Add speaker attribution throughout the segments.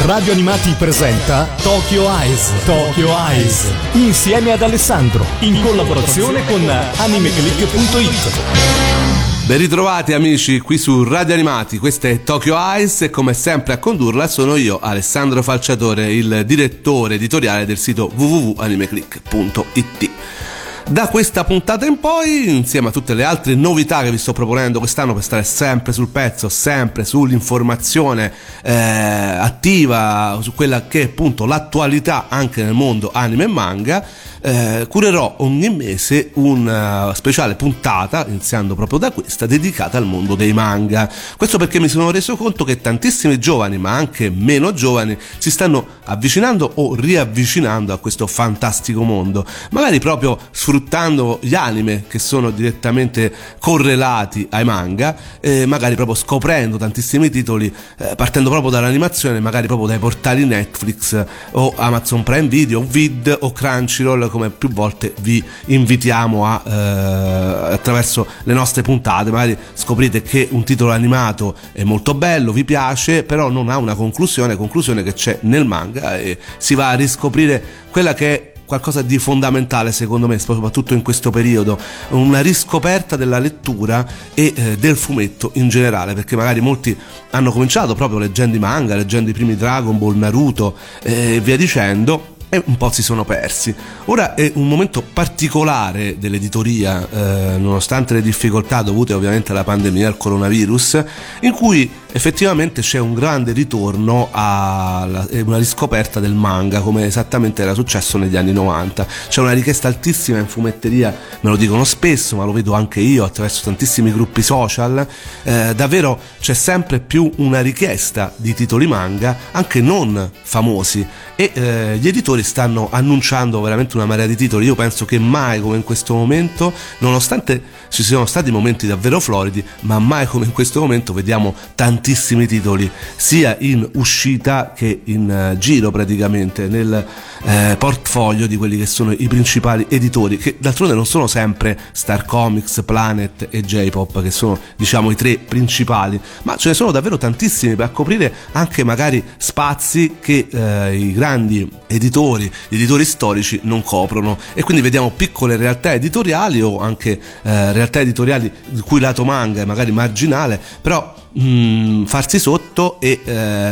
Speaker 1: Radio Animati presenta Tokyo Eyes. Tokyo Eyes. Insieme ad Alessandro. In collaborazione con animeclick.it.
Speaker 2: Ben ritrovati amici qui su Radio Animati, questa è Tokyo Eyes e come sempre a condurla sono io, Alessandro Falciatore, il direttore editoriale del sito www.animeclick.it. Da questa puntata in poi, insieme a tutte le altre novità che vi sto proponendo quest'anno per stare sempre sul pezzo, sempre sull'informazione attiva, su quella che è appunto l'attualità anche nel mondo anime e manga, curerò ogni mese una speciale puntata, iniziando proprio da questa, dedicata al mondo dei manga. Questo perché mi sono reso conto che tantissimi giovani, ma anche meno giovani, si stanno avvicinando o riavvicinando a questo fantastico mondo, magari proprio sfruttando gli anime che sono direttamente correlati ai manga, magari proprio scoprendo tantissimi titoli, partendo proprio dall'animazione, magari proprio dai portali Netflix o Amazon Prime Video, Vid o Crunchyroll, come più volte vi invitiamo attraverso le nostre puntate. Magari scoprite che un titolo animato è molto bello, vi piace, però non ha una conclusione che c'è nel manga, e si va a riscoprire quella che è qualcosa di fondamentale secondo me, soprattutto in questo periodo, una riscoperta della lettura e del fumetto in generale, perché magari molti hanno cominciato proprio leggendo i manga, leggendo i primi Dragon Ball, Naruto e via dicendo, e un po' si sono persi. Ora è un momento particolare dell'editoria, nonostante le difficoltà dovute ovviamente alla pandemia, al coronavirus, in cui effettivamente c'è un grande ritorno a una riscoperta del manga, come esattamente era successo negli anni 90. C'è una richiesta altissima in fumetteria, me lo dicono spesso, ma lo vedo anche io attraverso tantissimi gruppi social. Davvero c'è sempre più una richiesta di titoli manga, anche non famosi, e gli editori stanno annunciando veramente una marea di titoli. Io penso che mai come in questo momento, nonostante ci siano stati momenti davvero floridi, ma mai come in questo momento vediamo tantissimi titoli sia in uscita che in giro, praticamente nel portfolio di quelli che sono i principali editori, che d'altronde non sono sempre Star Comics, Planet e J-Pop, che sono diciamo i tre principali, ma ce ne sono davvero tantissimi per coprire anche magari spazi che i grandi editori, gli editori storici non coprono, e quindi vediamo piccole realtà editoriali o anche realtà editoriali il cui lato manga è magari marginale, però farsi sotto e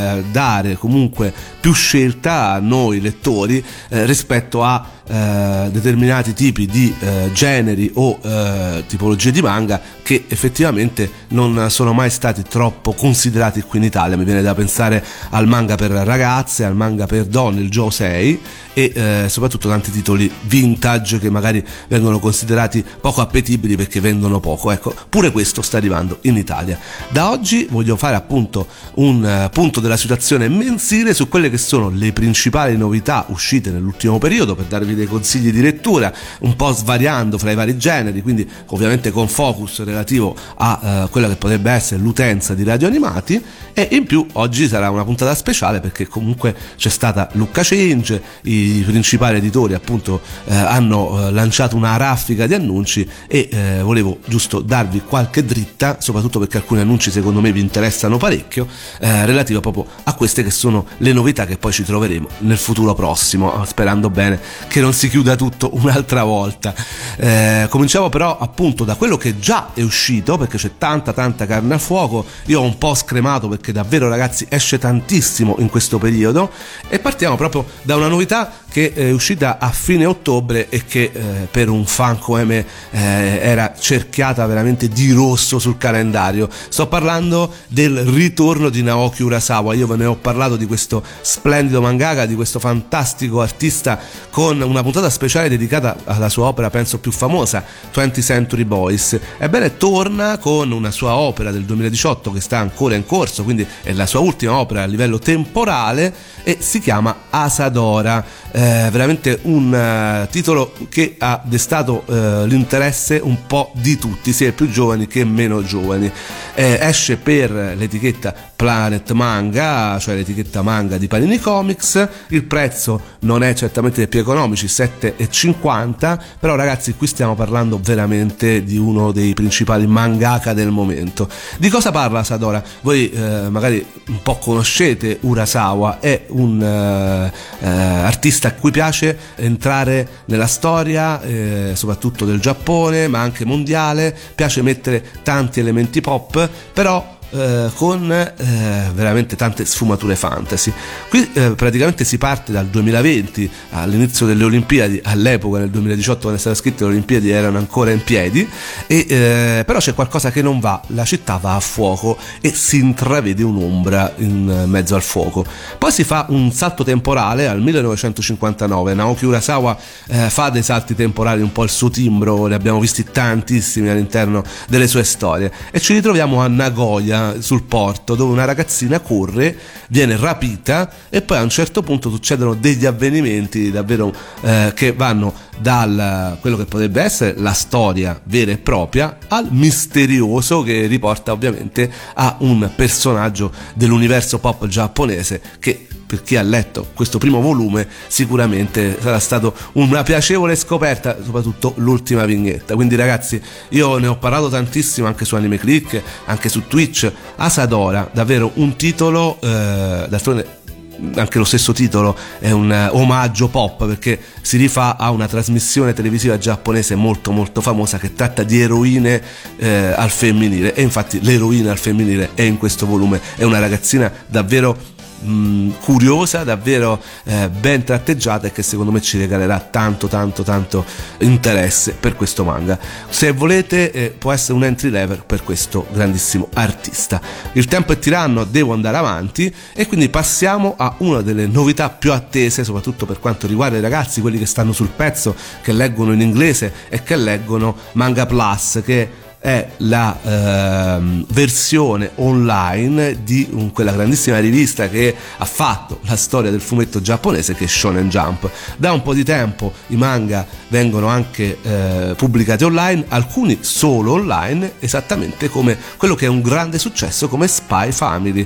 Speaker 2: dare comunque più scelta a noi lettori rispetto a determinati tipi di generi o tipologie di manga che effettivamente non sono mai stati troppo considerati qui in Italia. Mi viene da pensare al manga per ragazze, al manga per donne, il Josei, e soprattutto tanti titoli vintage che magari vengono considerati poco appetibili perché vendono poco. Ecco, pure questo sta arrivando in Italia. Da oggi voglio fare appunto un punto della situazione mensile su quelle che sono le principali novità uscite nell'ultimo periodo, per darvi dei consigli di lettura, un po' svariando fra i vari generi, quindi ovviamente con focus relativo a quella che potrebbe essere l'utenza di Radio Animati. E in più oggi sarà una puntata speciale perché comunque c'è stata Lucca Change, i principali editori appunto hanno lanciato una raffica di annunci, e volevo giusto darvi qualche dritta, soprattutto perché alcuni annunci secondo me vi interessano parecchio, relativo proprio a queste che sono le novità che poi ci troveremo nel futuro prossimo, sperando bene che non si chiuda tutto un'altra volta. Cominciamo però appunto da quello che già è uscito, perché c'è tanta carne al fuoco. Io ho un po' scremato perché davvero ragazzi esce tantissimo in questo periodo, e partiamo proprio da una novità che è uscita a fine ottobre e che per un fan come me era cerchiata veramente di rosso sul calendario. Sto parlando del ritorno di Naoki Urasawa. Io ve ne ho parlato di questo splendido mangaka, di questo fantastico artista, con una puntata speciale dedicata alla sua opera penso più famosa, 20th Century Boys. Ebbene, torna con una sua opera del 2018 che sta ancora in corso, quindi è la sua ultima opera a livello temporale, e si chiama Asadora. Veramente un titolo che ha destato l'interesse un po' di tutti, sia più giovani che meno giovani. Esce per l'etichetta Planet Manga, cioè l'etichetta manga di Panini Comics. Il prezzo non è certamente dei più economici, 7,50, però ragazzi qui stiamo parlando veramente di uno dei principali mangaka del momento. Di cosa parla Asadora? Voi magari un po' conoscete Urasawa, è un artista a cui piace entrare nella storia soprattutto del Giappone ma anche mondiale, piace mettere tanti elementi pop, però con veramente tante sfumature fantasy. Qui praticamente si parte dal 2020, all'inizio delle Olimpiadi. All'epoca, nel 2018, quando è stato scritto, le Olimpiadi erano ancora in piedi, e però c'è qualcosa che non va, la città va a fuoco e si intravede un'ombra in mezzo al fuoco. Poi si fa un salto temporale al 1959. Naoki Urasawa fa dei salti temporali un po' il suo timbro, ne abbiamo visti tantissimi all'interno delle sue storie, e ci ritroviamo a Nagoya, sul porto, dove una ragazzina corre, viene rapita e poi a un certo punto succedono degli avvenimenti davvero che vanno dal quello che potrebbe essere la storia vera e propria al misterioso, che riporta ovviamente a un personaggio dell'universo pop giapponese che, per chi ha letto questo primo volume, sicuramente sarà stato una piacevole scoperta, soprattutto l'ultima vignetta. Quindi ragazzi, io ne ho parlato tantissimo anche su Anime Click, anche su Twitch. Asadora, davvero un titolo, d'altronde anche lo stesso titolo è un omaggio pop, perché si rifà a una trasmissione televisiva giapponese molto molto famosa che tratta di eroine al femminile, e infatti l'eroina al femminile è in questo volume, è una ragazzina davvero curiosa, davvero ben tratteggiata, e che secondo me ci regalerà tanto interesse per questo manga. Se volete può essere un entry level per questo grandissimo artista. Il tempo è tiranno, devo andare avanti, e quindi passiamo a una delle novità più attese, soprattutto per quanto riguarda i ragazzi, quelli che stanno sul pezzo, che leggono in inglese e che leggono Manga Plus, che è la versione online di quella grandissima rivista che ha fatto la storia del fumetto giapponese, che è Shonen Jump. Da un po' di tempo i manga vengono anche pubblicati online, alcuni solo online, esattamente come quello che è un grande successo come Spy Family,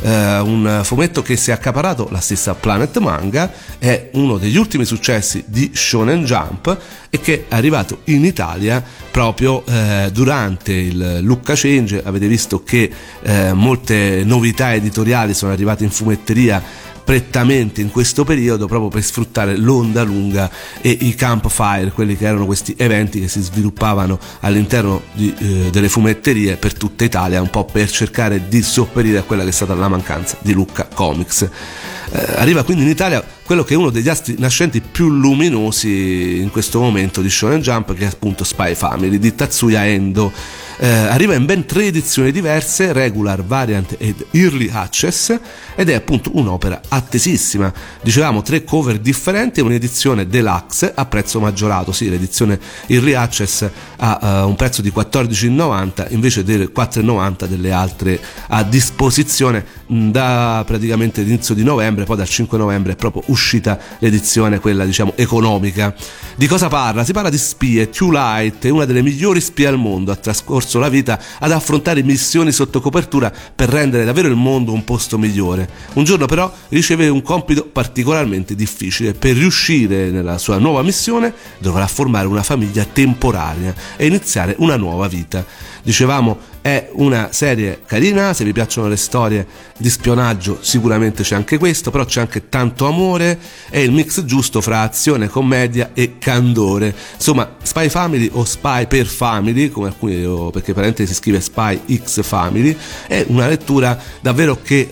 Speaker 2: un fumetto che si è accaparato la stessa Planet Manga, è uno degli ultimi successi di Shonen Jump e che è arrivato in Italia proprio durante il Lucca Change. Avete visto che molte novità editoriali sono arrivate in fumetteria prettamente in questo periodo, proprio per sfruttare l'onda lunga e i campfire, quelli che erano questi eventi che si sviluppavano all'interno delle fumetterie per tutta Italia, un po' per cercare di sopperire a quella che è stata la mancanza di Lucca Comics. Arriva quindi in Italia quello che è uno degli astri nascenti più luminosi in questo momento di Shonen Jump, che è appunto Spy Family di Tatsuya Endo. Arriva in ben 3 edizioni diverse, regular, variant ed early access, ed è appunto un'opera attesissima. Dicevamo 3 cover differenti e un'edizione deluxe a prezzo maggiorato. Sì, l'edizione early access ha un prezzo di €14,90 invece delle €4,90 delle altre a disposizione. Da praticamente l'inizio di novembre, poi dal 5 novembre è proprio uscita l'edizione, quella diciamo economica. Di cosa parla? Si parla di spie. Twilight è una delle migliori spie al mondo, ha trascorso la vita ad affrontare missioni sotto copertura per rendere davvero il mondo un posto migliore. Un giorno però riceve un compito particolarmente difficile. Per riuscire nella sua nuova missione dovrà formare una famiglia temporanea e iniziare una nuova vita. Dicevamo, è una serie carina, se vi piacciono le storie di spionaggio sicuramente c'è anche questo, però c'è anche tanto amore, è il mix giusto fra azione, commedia e candore. Insomma, Spy Family o Spy per Family, come alcuni, perché parentesi si scrive Spy X Family, è una lettura davvero che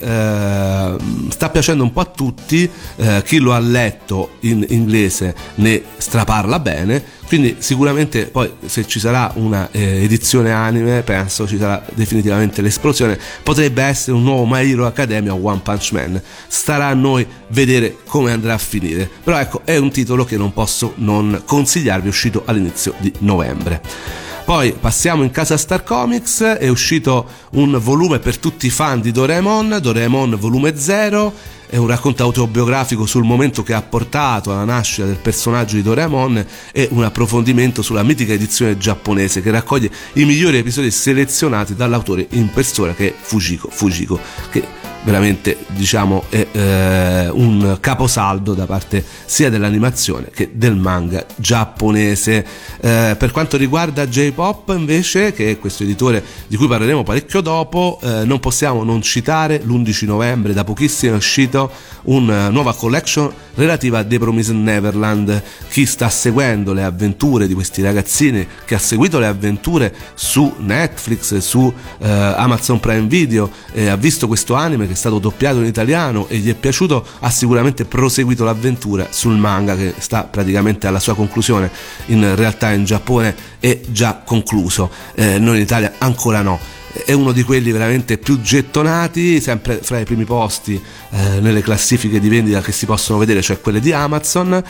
Speaker 2: sta piacendo un po' a tutti. Chi lo ha letto in inglese ne straparla bene, quindi sicuramente poi se ci sarà una edizione anime penso ci sarà definitivamente l'esplosione. Potrebbe essere un nuovo My Hero Academia o One Punch Man, starà a noi vedere come andrà a finire, però ecco, è un titolo che non posso non consigliarvi, è uscito all'inizio di novembre. Poi passiamo in casa Star Comics, è uscito un volume per tutti i fan di Doraemon, Doraemon volume 0. È un racconto autobiografico sul momento che ha portato alla nascita del personaggio di Doraemon e un approfondimento sulla mitica edizione giapponese che raccoglie i migliori episodi selezionati dall'autore in persona, che è Fujiko, che veramente diciamo è un caposaldo da parte sia dell'animazione che del manga giapponese. Per quanto riguarda J-Pop invece, che è questo editore di cui parleremo parecchio dopo, non possiamo non citare l'11 novembre, da pochissimo è uscito una nuova collection relativa a The Promised Neverland. Chi sta seguendo le avventure di questi ragazzini, che ha seguito le avventure su Netflix, su Amazon Prime Video, ha visto questo anime che è stato doppiato in italiano e gli è piaciuto, ha sicuramente proseguito l'avventura sul manga, che sta praticamente alla sua conclusione. In realtà in Giappone è già concluso, noi in Italia ancora no. È uno di quelli veramente più gettonati, sempre fra i primi posti nelle classifiche di vendita che si possono vedere, cioè quelle di Amazon.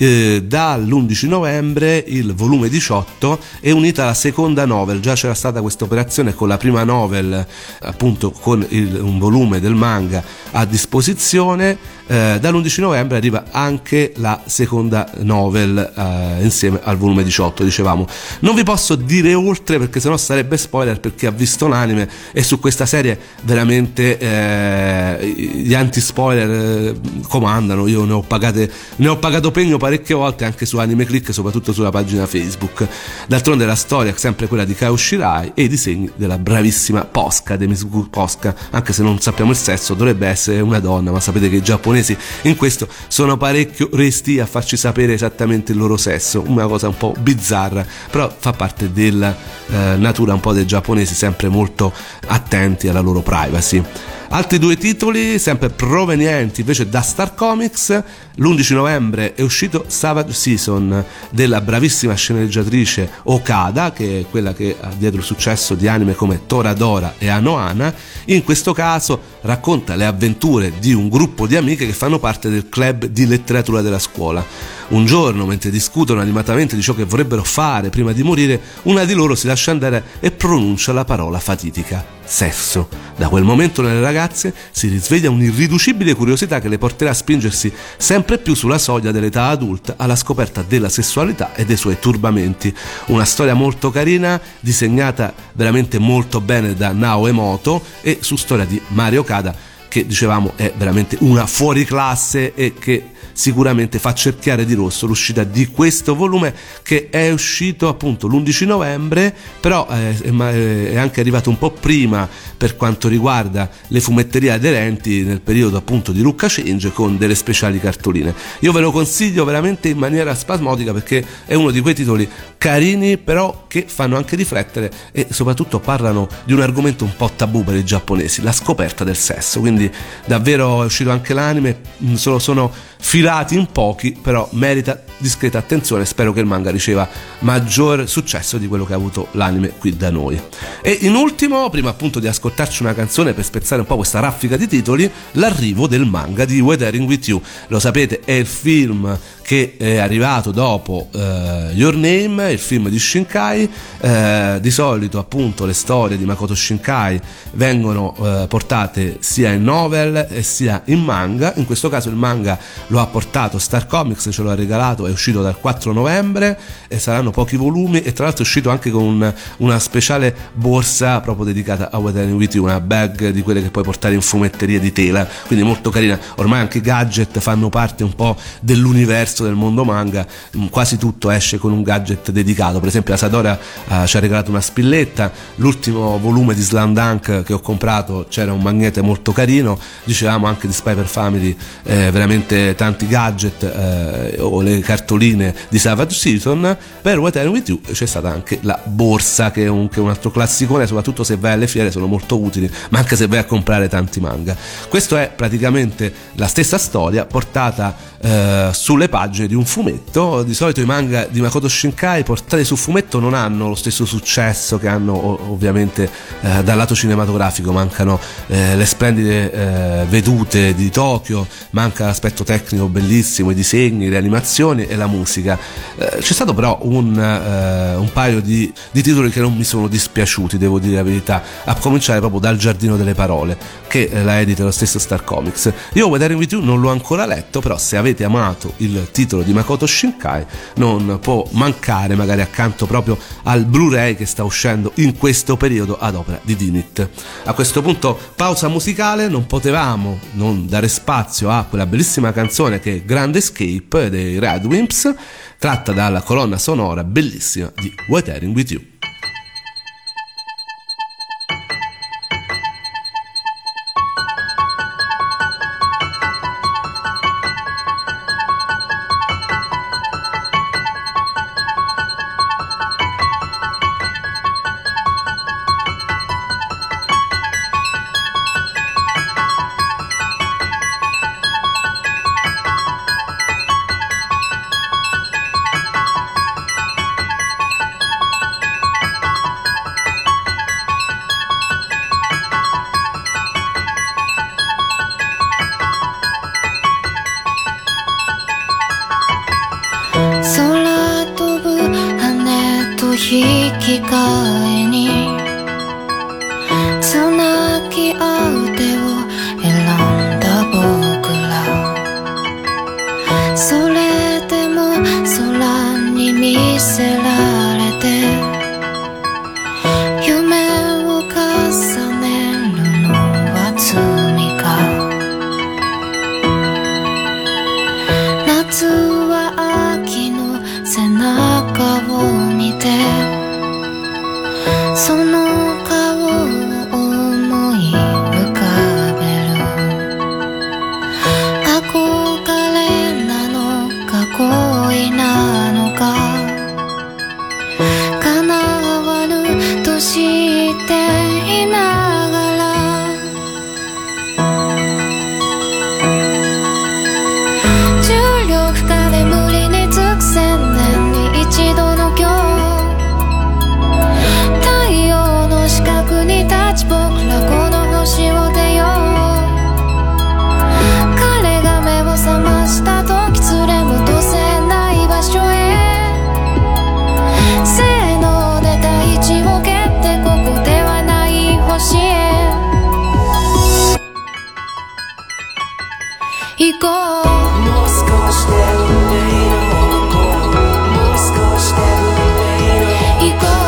Speaker 2: Dall'11 novembre il volume 18 è unita alla seconda novel. Già c'era stata questa operazione con la prima novel, appunto con un volume del manga a disposizione. Dall'11 novembre arriva anche la seconda novel insieme al volume 18, dicevamo. Non vi posso dire oltre perché sennò sarebbe spoiler per chi ha visto l'anime, e su questa serie veramente gli anti-spoiler comandano. Io ne ho pagato pegno parecchie volte anche su Anime Click, soprattutto sulla pagina Facebook. D'altronde la storia è sempre quella di Kao Shirai e i disegni della bravissima Posca, di Mizuku Posca, anche se non sappiamo il sesso, dovrebbe essere una donna, ma sapete che i giapponesi in questo sono parecchio resti a farci sapere esattamente il loro sesso, una cosa un po' bizzarra, però fa parte della natura un po' dei giapponesi, sempre molto attenti alla loro privacy. Altri due titoli sempre provenienti invece da Star Comics. L'11 novembre è uscito Savage Season della bravissima sceneggiatrice Okada, che è quella che ha dietro il successo di anime come Toradora e Anohana. In questo caso racconta le avventure di un gruppo di amiche che fanno parte del club di letteratura della scuola. Un giorno, mentre discutono animatamente di ciò che vorrebbero fare prima di morire, una di loro si lascia andare e pronuncia la parola fatidica: sesso. Da quel momento nelle ragazze si risveglia un'irriducibile curiosità che le porterà a spingersi sempre più sulla soglia dell'età adulta, alla scoperta della sessualità e dei suoi turbamenti. Una storia molto carina, disegnata veramente molto bene da Nao Emoto, e su storia di Mario Okada, che dicevamo è veramente una fuoriclasse e che sicuramente fa cerchiare di rosso l'uscita di questo volume, che è uscito appunto l'11 novembre, però è anche arrivato un po' prima per quanto riguarda le fumetterie aderenti nel periodo appunto di Lucca Change, con delle speciali cartoline. Io ve lo consiglio veramente in maniera spasmodica perché è uno di quei titoli carini, però che fanno anche riflettere e soprattutto parlano di un argomento un po' tabù per i giapponesi, la scoperta del sesso. Quindi davvero è uscito anche l'anime, sono filati in pochi, però merita discreta attenzione. Spero che il manga riceva maggior successo di quello che ha avuto l'anime qui da noi. E in ultimo, prima appunto di ascoltarci una canzone per spezzare un po' questa raffica di titoli, l'arrivo del manga di Weathering with You. Lo sapete, è il film che è arrivato dopo Your Name, il film di Shinkai. Di solito appunto le storie di Makoto Shinkai vengono portate sia in novel e sia in manga. In questo caso il manga lo ha portato Star Comics, ce lo ha regalato, è uscito dal 4 novembre e saranno pochi volumi, e tra l'altro è uscito anche con una speciale borsa proprio dedicata a Weathering with You, una bag di quelle che puoi portare in fumetterie di tela, quindi molto carina. Ormai anche i gadget fanno parte un po' dell'universo del mondo manga, quasi tutto esce con un gadget dedicato. Per esempio la Sadora ci ha regalato una spilletta, l'ultimo volume di Slam Dunk che ho comprato c'era un magnete molto carino, dicevamo anche di Spy per Family, veramente tanti gadget o le cartoline di Savage Season. Per Weathering with You c'è stata anche la borsa, che è un altro classicone, soprattutto se vai alle fiere sono molto utili, ma anche se vai a comprare tanti manga. Questo è praticamente la stessa storia portata sulle pagine di un fumetto. Di solito i manga di Makoto Shinkai portati su fumetto non hanno lo stesso successo che hanno ovviamente dal lato cinematografico. Mancano le splendide vedute di Tokyo, manca l'aspetto tecnico bellissimo, i disegni, le animazioni e la musica. C'è stato però un paio di titoli che non mi sono dispiaciuti, devo dire la verità, a cominciare proprio dal Giardino delle Parole, che la edita lo stesso Star Comics. Io Weathering with You non l'ho ancora letto, però se avete amato il titolo di Makoto Shinkai non può mancare magari accanto proprio al Blu-ray che sta uscendo in questo periodo ad opera di Dinit. A questo punto pausa musicale, non potevamo non dare spazio a quella bellissima canzone che è Grand Escape dei Red Wimps, tratta dalla colonna sonora bellissima di Weathering With You.
Speaker 3: 引き換えにつなぎ合う手を選んだ僕ら、それでも空に見せられて夢を重ねるのは罪か。夏は秋の背中を見てその顔を思い浮かべる。憧れなのか恋なのか叶わぬとしていながら重力下で無理につく千年に一度の今日四角に立ち僕らこの星を出よう。彼が目を覚ました時連れ戻せない場所へせーので大地を蹴ってここではない星へ行こう。もう少しで運命の方向もう少しで運命の行こう。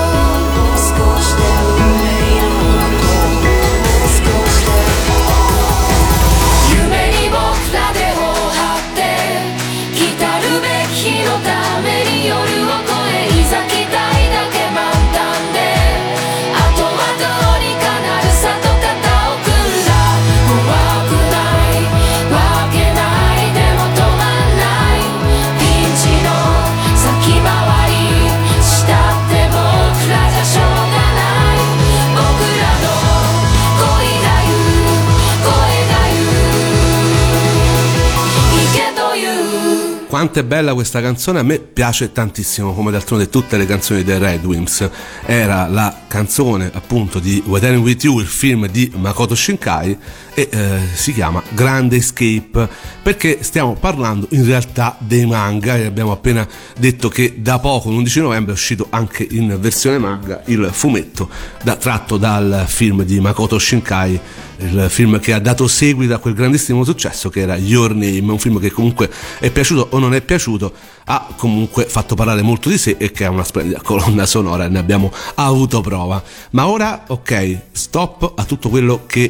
Speaker 2: Quanto è bella questa canzone, a me piace tantissimo, come d'altronde tutte le canzoni dei Red Wimps. Era la canzone appunto di Weathering With You, il film di Makoto Shinkai, e si chiama Grand Escape perché stiamo parlando in realtà dei manga e abbiamo appena detto che da poco, l'11 novembre, è uscito anche in versione manga il fumetto tratto dal film di Makoto Shinkai, il film che ha dato seguito a quel grandissimo successo che era Your Name, un film che comunque è piaciuto o non è piaciuto, ha comunque fatto parlare molto di sé e che ha una splendida colonna sonora e ne abbiamo avuto prova. Ma ora, ok, stop a tutto quello che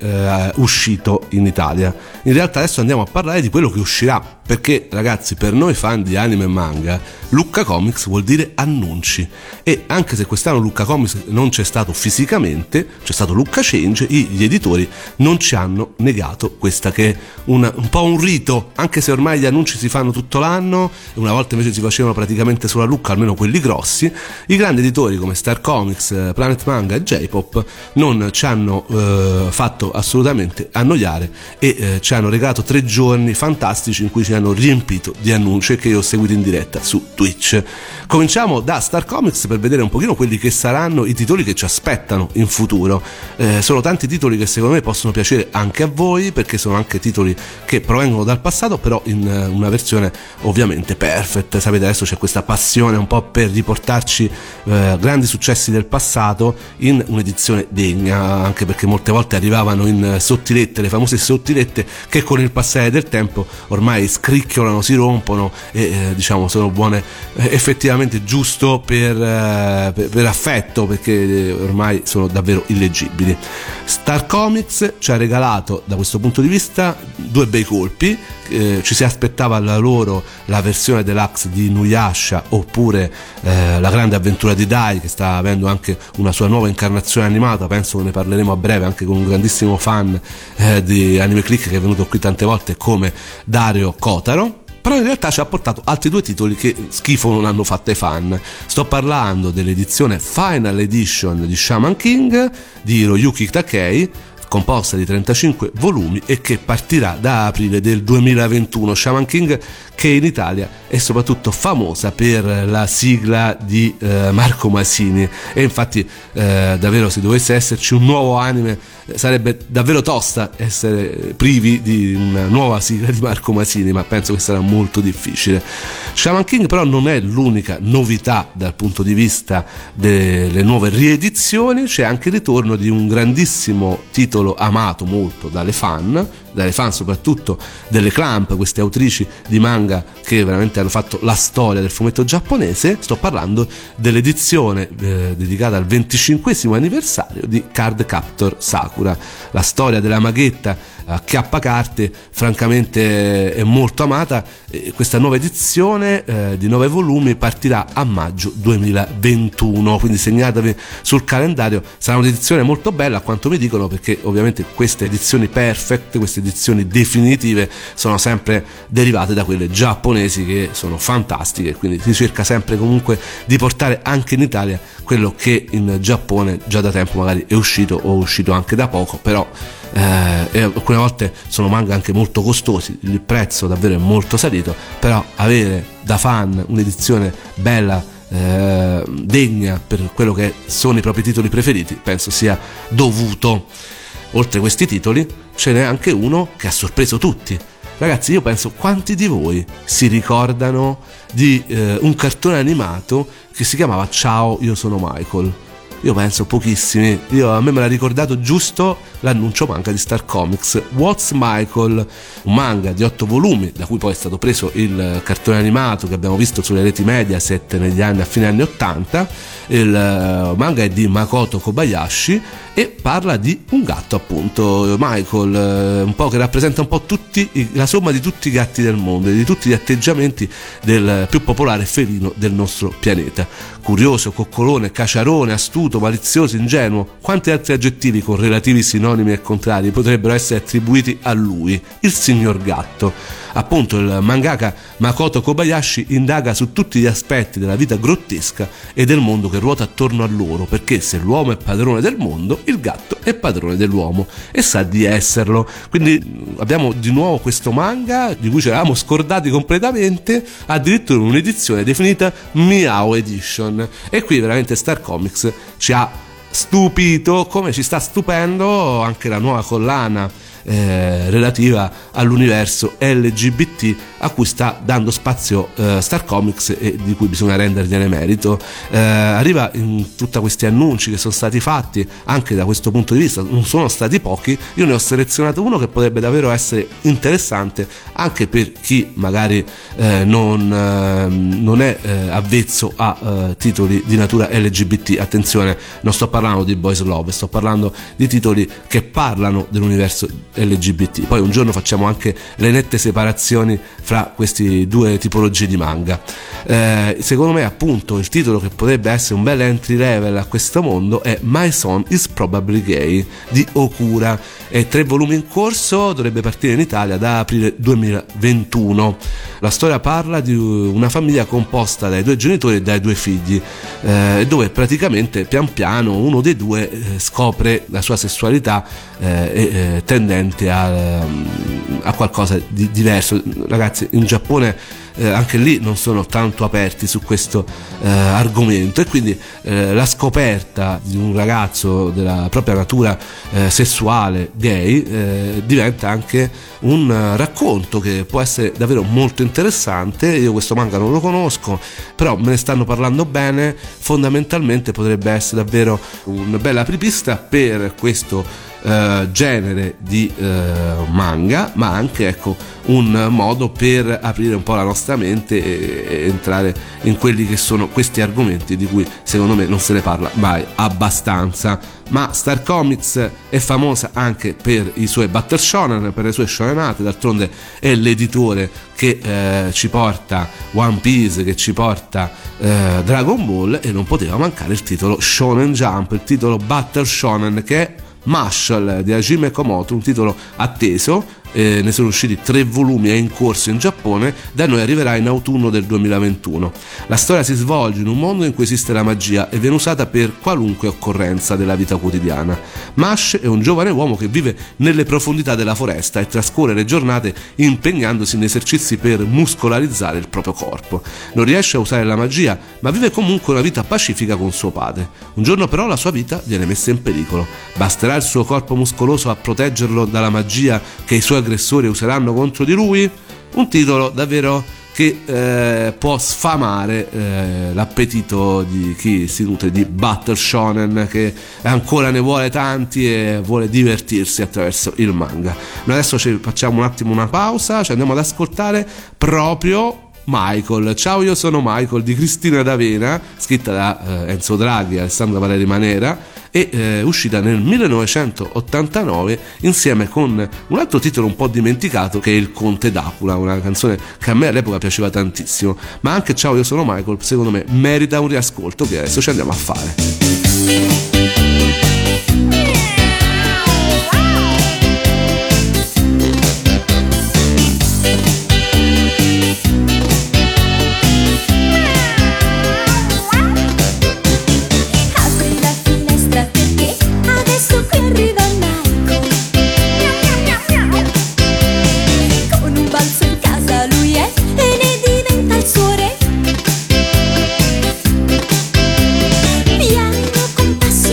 Speaker 2: è uscito in Italia. In realtà adesso andiamo a parlare di quello che uscirà, perché ragazzi, per noi fan di anime e manga Lucca Comics vuol dire annunci, e anche se quest'anno Lucca Comics non c'è stato fisicamente, c'è stato Lucca Change, gli editori non ci hanno negato questa che è un po' un rito, anche se ormai gli annunci si fanno tutto l'anno, una volta invece si facevano praticamente solo a Lucca, almeno quelli grossi. I grandi editori come Star Comics, Planet Manga e J-Pop non ci hanno fatto assolutamente annoiare e ci hanno regalato 3 giorni fantastici in cui ci hanno riempito di annunci che io ho seguito in diretta su Twitch. Cominciamo da Star Comics per vedere un pochino quelli che saranno i titoli che ci aspettano in futuro. Sono tanti titoli che secondo me possono piacere anche a voi, perché sono anche titoli che provengono dal passato, però in una versione ovviamente perfect. Sapete, adesso c'è questa passione un po' per riportarci grandi successi del passato in un'edizione degna, anche perché molte volte arrivavano in sottilette, le famose sottilette che con il passare del tempo ormai scricchiolano, si rompono e diciamo sono buone effettivamente giusto per affetto, perché ormai sono davvero illeggibili. Star Comics ci ha regalato da questo punto di vista due bei colpi. Ci si aspettava da loro la versione deluxe di Nuyasha oppure la grande avventura di Dai, che sta avendo anche una sua nuova incarnazione animata. Penso che ne parleremo a breve anche con un grandissimo fan di Anime Click che è venuto qui tante volte come Dario Kotaro. Però in realtà ci ha portato altri due titoli che schifo non hanno fatto ai fan. Sto parlando dell'edizione Final Edition di Shaman King di Hiroyuki Takei, composta di 35 volumi e che partirà da aprile del 2021. Shaman King, che in Italia è soprattutto famosa per la sigla di Marco Masini, e infatti davvero, se dovesse esserci un nuovo anime, sarebbe davvero tosta essere privi di una nuova sigla di Marco Masini, ma penso che sarà molto difficile. Shaman King però non è l'unica novità dal punto di vista delle nuove riedizioni. C'è anche il ritorno di un grandissimo titolo amato molto dalle fan soprattutto delle Clamp, queste autrici di manga che veramente hanno fatto la storia del fumetto giapponese. Sto parlando dell'edizione dedicata al 25° anniversario di Cardcaptor Sakura. La storia della maghetta a chiappacarte francamente è molto amata. Questa nuova edizione di 9 volumi partirà a maggio 2021, quindi segnatevi sul calendario. Sarà un'edizione molto bella a quanto mi dicono, perché ovviamente queste edizioni perfect, queste edizioni definitive sono sempre derivate da quelle giapponesi, che sono fantastiche, quindi si cerca sempre comunque di portare anche in Italia quello che in Giappone già da tempo magari è uscito o è uscito anche da poco. Però alcune volte sono manga anche molto costosi, il prezzo davvero è molto salito, però avere da fan un'edizione bella, degna per quello che sono i propri titoli preferiti, penso sia dovuto. Oltre questi titoli ce n'è anche uno che ha sorpreso tutti. Ragazzi, io penso, quanti di voi si ricordano di un cartone animato che si chiamava Ciao, io sono Michael? Io penso pochissimi. A me me l'ha ricordato giusto l'annuncio manga di Star Comics, What's Michael, un manga di 8 volumi da cui poi è stato preso il cartone animato che abbiamo visto sulle reti Mediaset a fine anni 80. Il manga è di Makoto Kobayashi e parla di un gatto, appunto, Michael, un po' che rappresenta un po' la somma di tutti i gatti del mondo e di tutti gli atteggiamenti del più popolare felino del nostro pianeta. Curioso, coccolone, caciarone, astuto, malizioso, ingenuo. Quanti altri aggettivi con relativi sinonimi e contrari potrebbero essere attribuiti a lui, il signor gatto? Appunto, il mangaka Makoto Kobayashi indaga su tutti gli aspetti della vita grottesca e del mondo che ruota attorno a loro, perché se l'uomo è padrone del mondo, il gatto è padrone dell'uomo e sa di esserlo. Quindi abbiamo di nuovo questo manga di cui ci eravamo scordati completamente, addirittura in un'edizione definita Meow Edition, e qui veramente Star Comics ci ha stupito, come ci sta stupendo anche la nuova collana relativa all'universo LGBT a cui sta dando spazio Star Comics e di cui bisogna rendergliene merito. Arriva in tutti questi annunci che sono stati fatti anche da questo punto di vista, non sono stati pochi. Io ne ho selezionato uno che potrebbe davvero essere interessante anche per chi magari non è avvezzo a titoli di natura LGBT. Attenzione, non sto parlando di Boys Love, sto parlando di titoli che parlano dell'universo LGBT. Poi un giorno facciamo anche le nette separazioni fra questi due tipologie di manga. Secondo me, appunto, il titolo che potrebbe essere un bel entry level a questo mondo è My Son is Probably Gay di Okura. È 3 volumi in corso, dovrebbe partire in Italia da aprile 2021. La storia parla di una famiglia composta dai 2 genitori e dai 2 figli, dove praticamente pian piano uno dei 2 scopre la sua sessualità tendente a qualcosa di diverso. Ragazzi, in Giappone anche lì non sono tanto aperti su questo argomento, e quindi la scoperta di un ragazzo della propria natura sessuale gay diventa anche un racconto che può essere davvero molto interessante. Io questo manga non lo conosco, però me ne stanno parlando bene. Fondamentalmente potrebbe essere davvero una bella apripista per questo genere di manga, ma anche, ecco, un modo per aprire un po' la nostra mente e entrare in quelli che sono questi argomenti di cui secondo me non se ne parla mai abbastanza. Ma Star Comics è famosa anche per i suoi Battle Shonen, per le sue shonenate, d'altronde è l'editore che ci porta One Piece, che ci porta Dragon Ball, e non poteva mancare il titolo Shonen Jump, il titolo Battle Shonen, che è Marshall di Hajime Komoto, un titolo atteso. Ne sono usciti 3 volumi, è in corso in Giappone, da noi arriverà in autunno del 2021. La storia si svolge in un mondo in cui esiste la magia e viene usata per qualunque occorrenza della vita quotidiana. Mash è un giovane uomo che vive nelle profondità della foresta e trascorre le giornate impegnandosi in esercizi per muscolarizzare il proprio corpo. Non riesce a usare la magia, ma vive comunque una vita pacifica con suo padre. Un giorno però la sua vita viene messa in pericolo. Basterà il suo corpo muscoloso a proteggerlo dalla magia che i suoi aggressori useranno contro di lui? Un titolo davvero che può sfamare l'appetito di chi si nutre di Battle Shonen, che ancora ne vuole tanti e vuole divertirsi attraverso il manga. Noi adesso ci facciamo un attimo una pausa, ci andiamo ad ascoltare proprio Michael. Ciao, io sono Michael di Cristina D'Avena, scritta da Enzo Draghi e Alessandra Valeri Manera, e uscita nel 1989 insieme con un altro titolo un po' dimenticato, che è Il Conte d'Acula, una canzone che a me all'epoca piaceva tantissimo. Ma anche Ciao, io sono Michael secondo me merita un riascolto, che adesso ci andiamo a fare.
Speaker 4: Piano con passo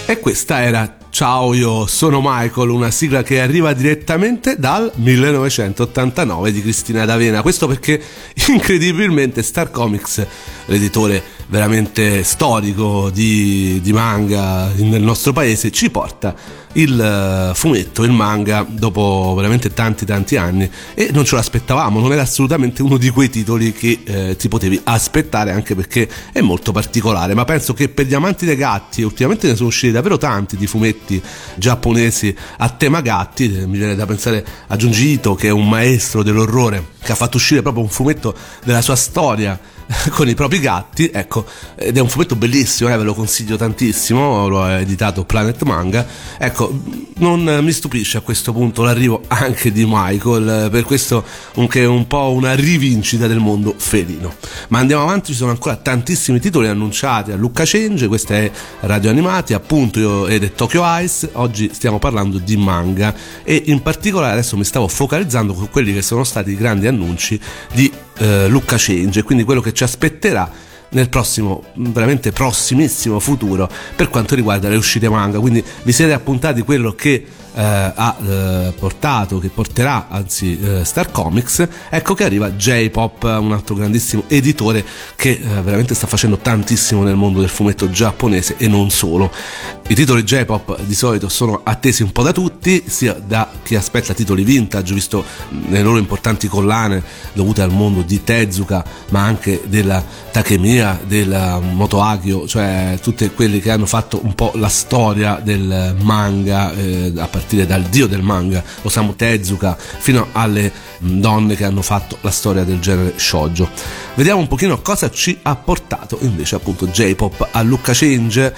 Speaker 2: E questa era Ciao, io sono Michael, una sigla che arriva direttamente dal 1989 di Cristina D'Avena. Questo perché incredibilmente Star Comics, l'editore veramente storico di manga nel nostro paese, ci porta il fumetto, il manga, dopo veramente tanti anni, e non ce l'aspettavamo. Non era assolutamente uno di quei titoli che ti potevi aspettare, anche perché è molto particolare. Ma penso che per gli amanti dei gatti, ultimamente ne sono usciti davvero tanti di fumetti giapponesi a tema gatti. Mi viene da pensare a Junji Ito, che è un maestro dell'orrore, che ha fatto uscire proprio un fumetto della sua storia con i propri gatti, ecco, ed è un fumetto bellissimo, ve lo consiglio tantissimo, lo ha editato Planet Manga. Ecco, non mi stupisce a questo punto l'arrivo anche di Michael, per questo che è un po' una rivincita del mondo felino. Ma andiamo avanti, ci sono ancora tantissimi titoli annunciati a Lucca Change. Questa è Radio Animati, appunto, ed è Tokyo Eyes. Oggi stiamo parlando di manga e in particolare adesso mi stavo focalizzando su quelli che sono stati i grandi annunci di Lucca Change, quindi quello che ci aspetterà nel prossimo, veramente prossimissimo futuro per quanto riguarda le uscite manga. Quindi vi siete appuntati quello che che porterà anzi Star Comics. Ecco che arriva J-Pop, un altro grandissimo editore che veramente sta facendo tantissimo nel mondo del fumetto giapponese e non solo. I titoli J-Pop di solito sono attesi un po' da tutti, sia da chi aspetta titoli vintage, visto le loro importanti collane dovute al mondo di Tezuka, ma anche della Takemiya, della Moto Hagio, cioè tutti quelli che hanno fatto un po' la storia del manga, a partire dal dio del manga Osamu Tezuka fino alle donne che hanno fatto la storia del genere shoujo. Vediamo un pochino cosa ci ha portato invece appunto J-Pop a Lucca Change.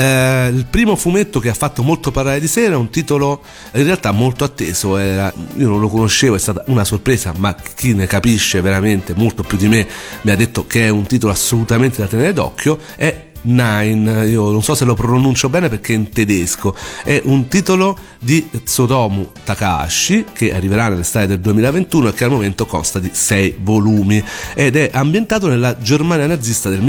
Speaker 2: Il primo fumetto che ha fatto molto parlare di sé era un titolo in realtà molto atteso, io non lo conoscevo, è stata una sorpresa, ma chi ne capisce veramente molto più di me mi ha detto che è un titolo assolutamente da tenere d'occhio. È Nine, io non so se lo pronuncio bene perché è in tedesco. È un titolo di Tsutomu Takahashi che arriverà nell'estate del 2021 e che al momento consta di 6 volumi ed è ambientato nella Germania nazista del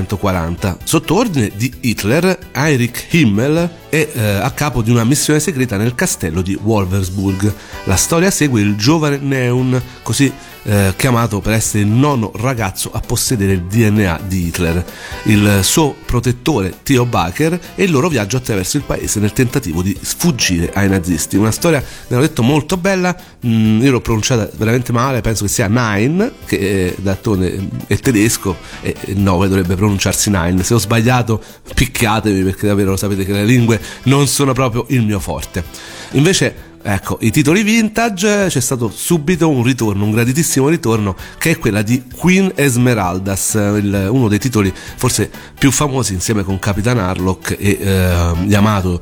Speaker 2: 1940. Sotto ordine di Hitler, Heinrich Himmel è a capo di una missione segreta nel castello di Wolfsburg. La storia segue il giovane Neun, così chiamato per essere il nono ragazzo a possedere il DNA di Hitler, il suo protettore Theo Baker e il loro viaggio attraverso il paese nel tentativo di sfuggire ai nazisti. Una storia, mi hanno detto, molto bella. Io l'ho pronunciata veramente male, penso che sia Nine, che d'altronde è tedesco e 9 dovrebbe pronunciarsi Nine. Se ho sbagliato picchiatevi, perché davvero lo sapete che le lingue non sono proprio il mio forte. Invece ecco, i titoli vintage, c'è stato subito un ritorno, un graditissimo ritorno, che è quella di Queen Esmeraldas, uno dei titoli forse più famosi insieme con Capitan Harlock e Yamato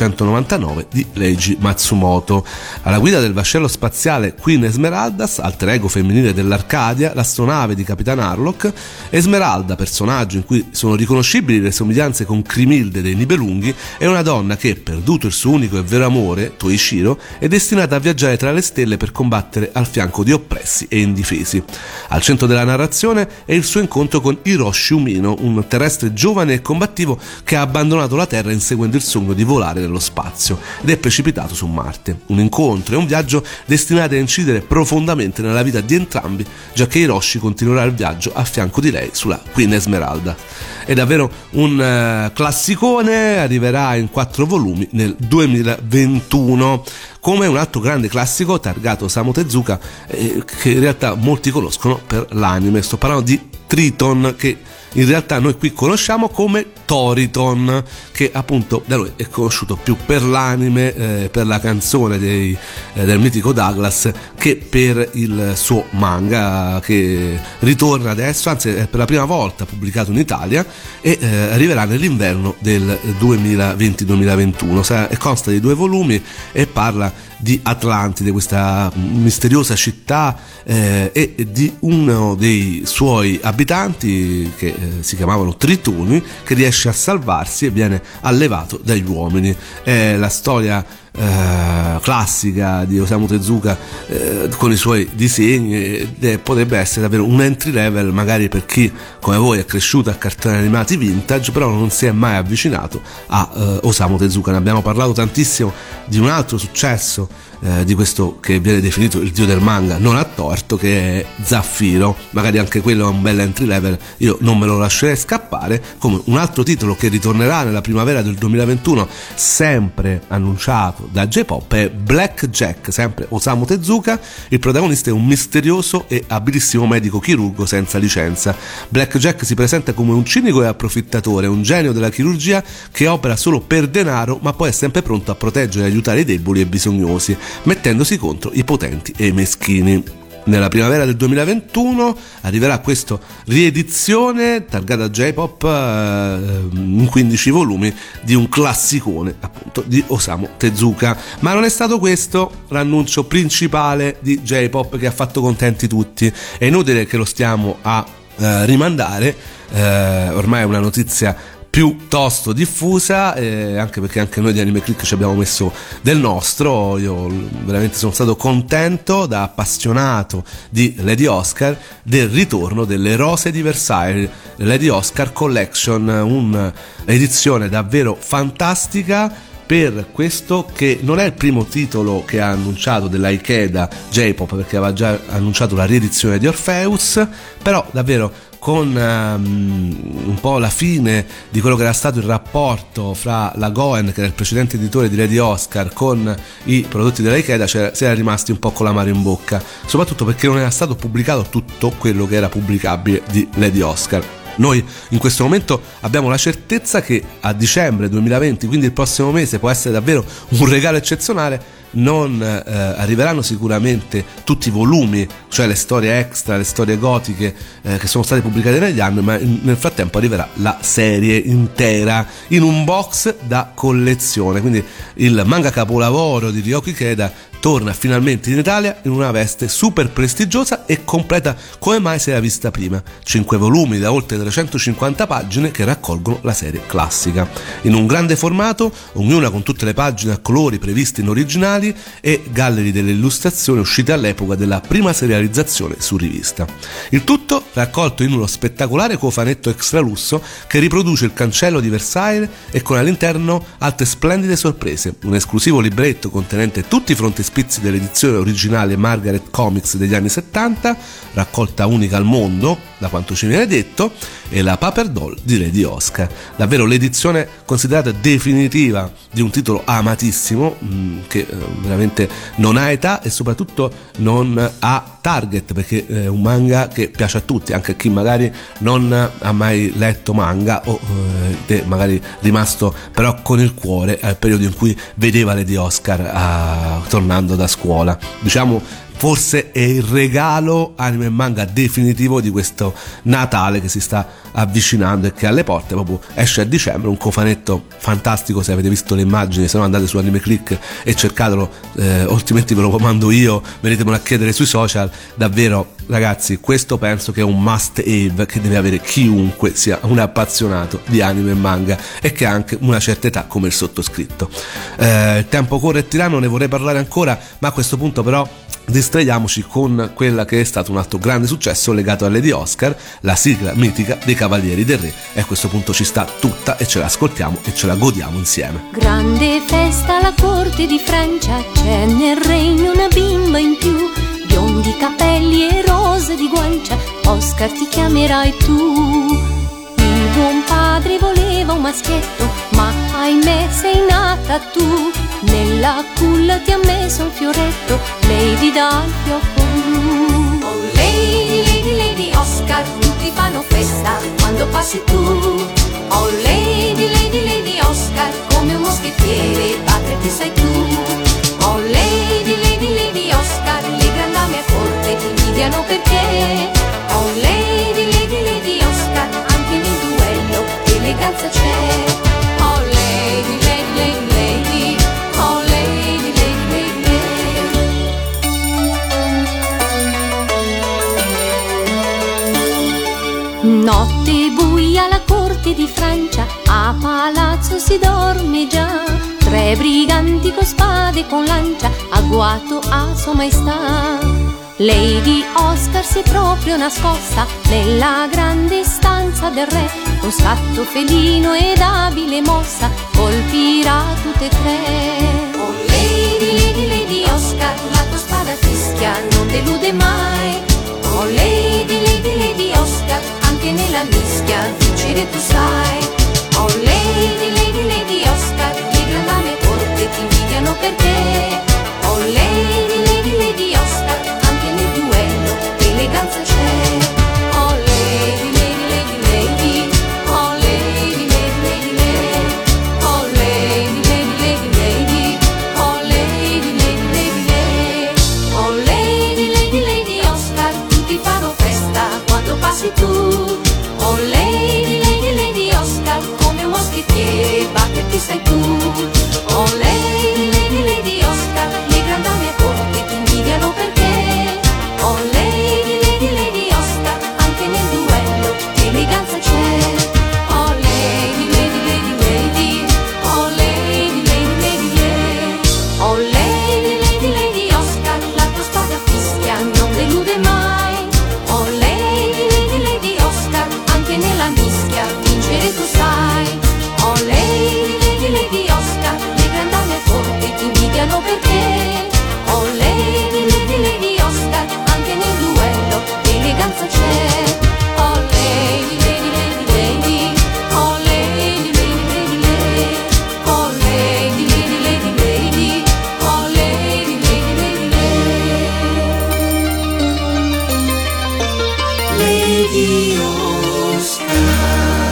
Speaker 2: 2199 di Leiji Matsumoto. Alla guida del vascello spaziale Queen Esmeraldas, alter ego femminile dell'Arcadia, l'astronave di Capitan Harlock, Esmeralda, personaggio in cui sono riconoscibili le somiglianze con Crimilde dei Nibelunghi, è una donna che, perduto il suo unico e vero amore, Toishiro, è destinata a viaggiare tra le stelle per combattere al fianco di oppressi e indifesi. Al centro della narrazione è il suo incontro con Hiroshi Umino, un terrestre giovane e combattivo che ha abbandonato la Terra inseguendo il sogno di volare nello spazio ed è precipitato su Marte. Un incontro e un viaggio destinati a incidere profondamente nella vita di entrambi, giacché Hiroshi continuerà il viaggio a fianco di lei sulla Queen Esmeralda. È davvero un classicone, arriverà in 4 volumi nel 2021. Come un altro grande classico targato Osamu Tezuka, che in realtà molti conoscono per l'anime. Sto parlando di Triton, che in realtà noi qui conosciamo come Toriton, che appunto da noi è conosciuto più per l'anime, per la canzone del mitico Douglas, che per il suo manga che ritorna adesso, anzi è per la prima volta pubblicato in Italia e arriverà nell'inverno del 2020-2021. Consta di 2 volumi e parla di Atlantide, questa misteriosa città, e di uno dei suoi abitanti che si chiamavano Tritoni, che riesce a salvarsi e viene allevato dagli uomini. È la storia classica di Osamu Tezuka con i suoi disegni, potrebbe essere davvero un entry level magari per chi come voi è cresciuto a cartoni animati vintage però non si è mai avvicinato a Osamu Tezuka. Ne abbiamo parlato tantissimo di un altro successo di questo che viene definito il dio del manga, non a torto, che è Zaffiro. Magari anche quello è un bel entry level, io non me lo lascerei scappare. Come un altro titolo che ritornerà nella primavera del 2021, sempre annunciato da J-Pop, è Blackjack, sempre Osamu Tezuka. Il protagonista è un misterioso e abilissimo medico chirurgo senza licenza. Blackjack si presenta come un cinico e approfittatore, un genio della chirurgia che opera solo per denaro, ma poi è sempre pronto a proteggere e aiutare i deboli e bisognosi, mettendosi contro i potenti e i meschini. Nella primavera del 2021 arriverà questa riedizione targata J-Pop in 15 volumi di un classicone appunto di Osamu Tezuka. Ma non è stato questo l'annuncio principale di J-Pop che ha fatto contenti tutti. È inutile che lo stiamo a rimandare, ormai è una notizia piuttosto diffusa, anche perché anche noi di Anime Click ci abbiamo messo del nostro. Io veramente sono stato contento, da appassionato di Lady Oscar, del ritorno delle Rose di Versailles, Lady Oscar Collection, un'edizione davvero fantastica per questo che non è il primo titolo che ha annunciato della Ikeda J-Pop, perché aveva già annunciato la riedizione di Orpheus, però davvero con un po' la fine di quello che era stato il rapporto fra la Goen, che era il precedente editore di Lady Oscar, con i prodotti della Ikeda, si era rimasti un po' con l'amaro in bocca, soprattutto perché non era stato pubblicato tutto quello che era pubblicabile di Lady Oscar. Noi in questo momento abbiamo la certezza che a dicembre 2020, quindi il prossimo mese, può essere davvero un regalo eccezionale. Non arriveranno sicuramente tutti i volumi, cioè le storie extra, le storie gotiche che sono state pubblicate negli anni, ma nel frattempo arriverà la serie intera in un box da collezione. Quindi il manga capolavoro di Ryoko Ikeda torna finalmente in Italia in una veste super prestigiosa e completa come mai si era vista prima. 5 volumi da oltre 350 pagine che raccolgono la serie classica in un grande formato, ognuna con tutte le pagine a colori previste in originali e gallery delle illustrazioni uscite all'epoca della prima serializzazione su rivista. Il tutto raccolto in uno spettacolare cofanetto extra lusso che riproduce il cancello di Versailles e con all'interno altre splendide sorprese, un esclusivo libretto contenente tutti i frontespizi dell'edizione originale Margaret Comics degli anni 70, raccolta unica al mondo da quanto ci viene detto, e la Paper Doll di Lady Oscar. Davvero l'edizione considerata definitiva di un titolo amatissimo che veramente non ha età e soprattutto non ha target, perché è un manga che piace a tutti, anche a chi magari non ha mai letto manga o è magari rimasto però con il cuore al periodo in cui vedeva Lady Oscar tornando da scuola. Diciamo forse è il regalo anime e manga definitivo di questo Natale che si sta avvicinando e che alle porte proprio esce a dicembre. Un cofanetto fantastico, se avete visto le immagini, se no andate su Anime Click e cercatelo, altrimenti ve lo mando io, venetemelo a chiedere sui social. Davvero ragazzi, questo penso che è un must have che deve avere chiunque sia un appassionato di anime e manga e che ha anche una certa età come il sottoscritto. Il tempo corre e tiranno, ne vorrei parlare ancora, ma a questo punto però distraiamoci con quella che è stato un altro grande successo legato a Lady Oscar, la sigla mitica dei Cavalieri del Re, e a questo punto ci sta tutta e ce la ascoltiamo e ce la godiamo insieme.
Speaker 4: Grande festa alla corte di Francia, c'è nel regno una bimba in più, biondi capelli e rose di guancia, Oscar ti chiamerai tu. Il buon padre voleva un maschietto, ma ahimè sei nata tu, nella culla ti ha messo un fioretto, Lady dal fiocco blu. Oh Lady, Lady, Lady Oscar, tutti fanno festa quando passi tu. Oh Lady, Lady, Lady Oscar, come un moschettiere batterti sei tu. Oh Lady, Lady, Lady Oscar, le grandi dame a corte ti invidiano perché. Oh Lady, Lady, Lady Oscar, anche nel duello eleganza c'è. Oh Lady, Lady, Lady, Lady, oh Lady, Lady, Lady, Lady. Notte buia alla corte di Francia, a palazzo si dorme già, 3 briganti con spade rose con lancia, agguato a sua maestà. Lady Oscar si è proprio nascosta nella grande stanza del re, con scatto felino ed abile mossa colpirà tutte e tre. Oh Lady, Lady, Lady Oscar, la tua spada fischia non delude mai. Oh Lady, Lady, Lady Oscar, anche nella mischia vincere tu sai. Oh Lady, Lady, Lady Oscar, le gran dame a corte ti invidiano per te. Oh Lady, Lady, Lady Oscar, anche nel duello eleganza c'è. Oh Lady, Lady, Lady, Lady, oh Lady, Lady, Lady, Lady, oh Lady, Lady, Lady, Lady, oh Lady, Lady, Lady, Lady, oh Lady, Lady, Lady Oscar, tutti fanno festa quando passi tu. Oh Lady, Lady, Lady Oscar, come un moschettiere batterti sei tu. Oh Lady, Lady, Lady Oscar, le gran dame a corte ti invidiano per te. Oh Lady, Lady, Lady Oscar, anche nel duello eleganza c'è. Oh Lady, Lady, Lady, Lady, oh Lady, Lady, Lady, Lady, oh Lady, Lady, Lady Oscar, la tua spada fischia non delude mai. Oh Lady, Lady, Lady Oscar, anche nella mischia vincere tu sai. Oh Lady, Lady, Lady Oscar, le gran dame a corte ti invidiano per te. Oh Lady, Lady, Lady Oscar, anche nel duello eleganza c'è. Oh Lady, Lady, Lady, Lady, oh Lady, Lady, Lady, Lady, oh Lady, Lady, Lady, Lady, oh Lady, Lady, Lady, Lady, Lady Oscar.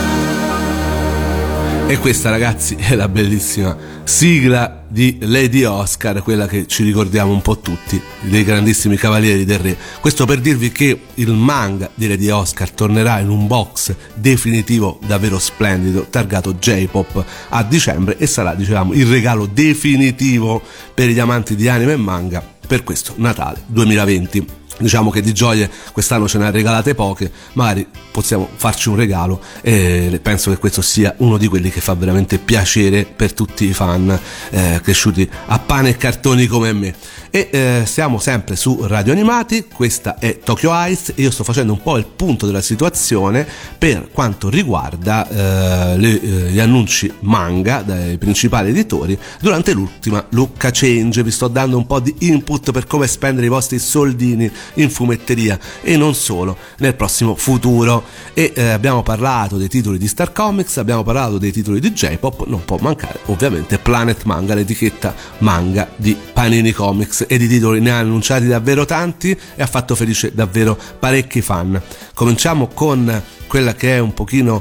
Speaker 2: E questa, ragazzi, è la bellissima sigla di Lady Oscar, quella che ci ricordiamo un po' tutti, dei grandissimi cavalieri del re. Questo per dirvi che il manga di Lady Oscar tornerà in un box definitivo davvero splendido, targato J-Pop, a dicembre, e sarà, dicevamo, il regalo definitivo per gli amanti di anime e manga per questo Natale 2020. Diciamo che di gioie quest'anno ce ne ha regalate poche, magari possiamo farci un regalo, e penso che questo sia uno di quelli che fa veramente piacere per tutti i fan cresciuti a pane e cartoni come me. E siamo sempre su Radio Animati, questa è Tokyo Eyes e io sto facendo un po' il punto della situazione per quanto riguarda gli annunci manga dai principali editori durante l'ultima Lucca Change. Vi sto dando un po' di input per come spendere i vostri soldini in fumetteria e non solo nel prossimo futuro. E abbiamo parlato dei titoli di Star Comics, abbiamo parlato dei titoli di J-Pop, non può mancare ovviamente Planet Manga, l'etichetta manga di Panini Comics, e di titoli ne ha annunciati davvero tanti e ha fatto felice davvero parecchi fan. Cominciamo con quella che è un pochino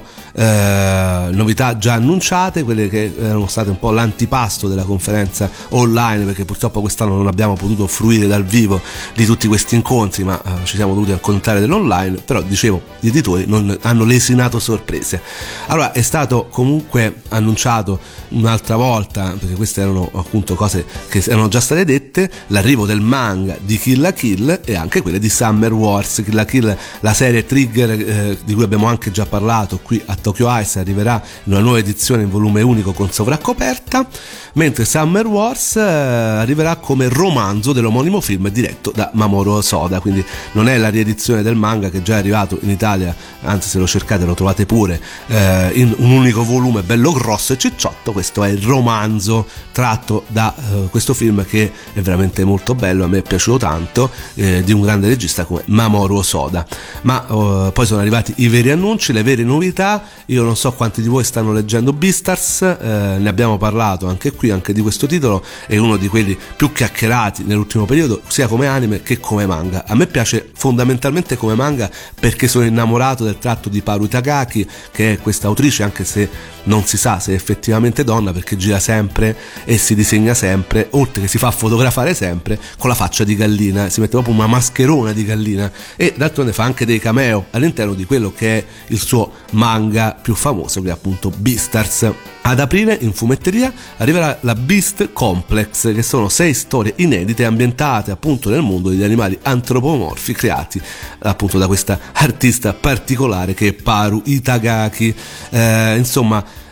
Speaker 2: novità già annunciate, quelle che erano state un po' l'antipasto della conferenza online, perché purtroppo quest'anno non abbiamo potuto fruire dal vivo di tutti questi incontri, ma ci siamo dovuti accontentare dell'online. Però dicevo, gli editori non hanno lesinato sorprese. Allora, è stato comunque annunciato un'altra volta, perché queste erano appunto cose che erano già state dette, l'arrivo del manga di Kill la Kill e anche quelle di Summer Wars. Kill la Kill, la serie Trigger di cui abbiamo anche già parlato qui a Tokyo Eyes, arriverà in una nuova edizione in volume unico con sovraccoperta, mentre Summer Wars arriverà come romanzo dell'omonimo film diretto da Mamoru Hosoda, quindi non è la riedizione del manga che già è arrivato in Italia, anzi se lo cercate lo trovate pure in un unico volume bello grosso e cicciotto. Questo è il romanzo tratto da questo film, che è veramente molto bello, a me è piaciuto tanto, di un grande regista come Mamoru Hosoda. Ma poi sono arrivati i veri annunci, le vere novità. Io non so quanti di voi stanno leggendo Beastars, ne abbiamo parlato anche qui, anche di questo titolo, è uno di quelli più chiacchierati nell'ultimo periodo, sia come anime che come manga. A me piace fondamentalmente come manga perché sono innamorato del tratto di Paru Itagaki, che è questa autrice, anche se non si sa se è effettivamente donna, perché gira sempre e si disegna sempre, oltre che si fa fotografare sempre, con la faccia di gallina, si mette proprio una mascherona di gallina, e d'altronde fa anche dei cameo all'interno di quello che è il suo manga più famoso, che è appunto Beastars. Ad aprile in fumetteria arriverà la Beast Complex, che sono 6 storie inedite ambientate appunto nel mondo degli animali antropomorfi creati appunto da questa artista particolare che è Paru Itagaki. Insomma,